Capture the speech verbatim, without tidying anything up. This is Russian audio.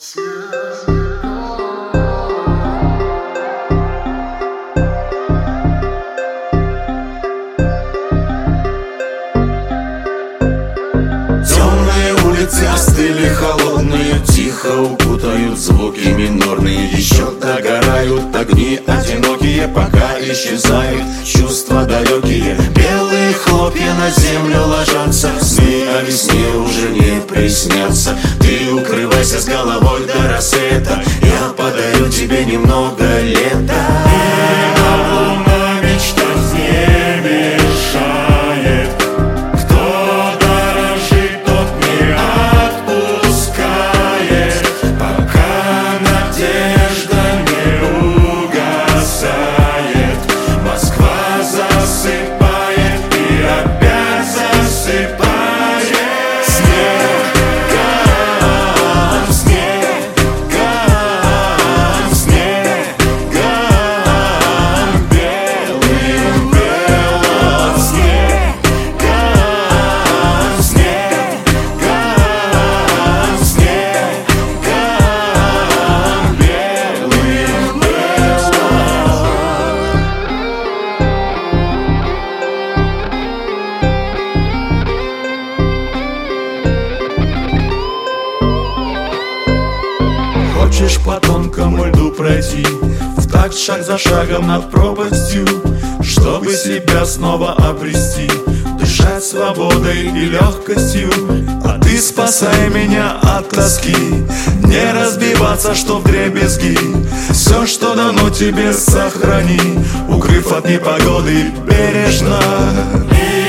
Темные улицы остыли, холодные, тихо укутают звуки минорные. Еще догорают огни одинокие, пока исчезают чувства далекие. Белые хлопья на землю ложатся, сны о весне уже не приснятся. Ты укрывайся с головой до рассвета, я подарю тебе немного лета. Хочешь по тонкому льду пройти в такт шаг за шагом над пропастью, чтобы себя снова обрести, дышать свободой и легкостью. А ты спасай меня от тоски, не разбиваться, что вдребезги. Все, что дано тебе, сохрани, укрыв от непогоды бережно.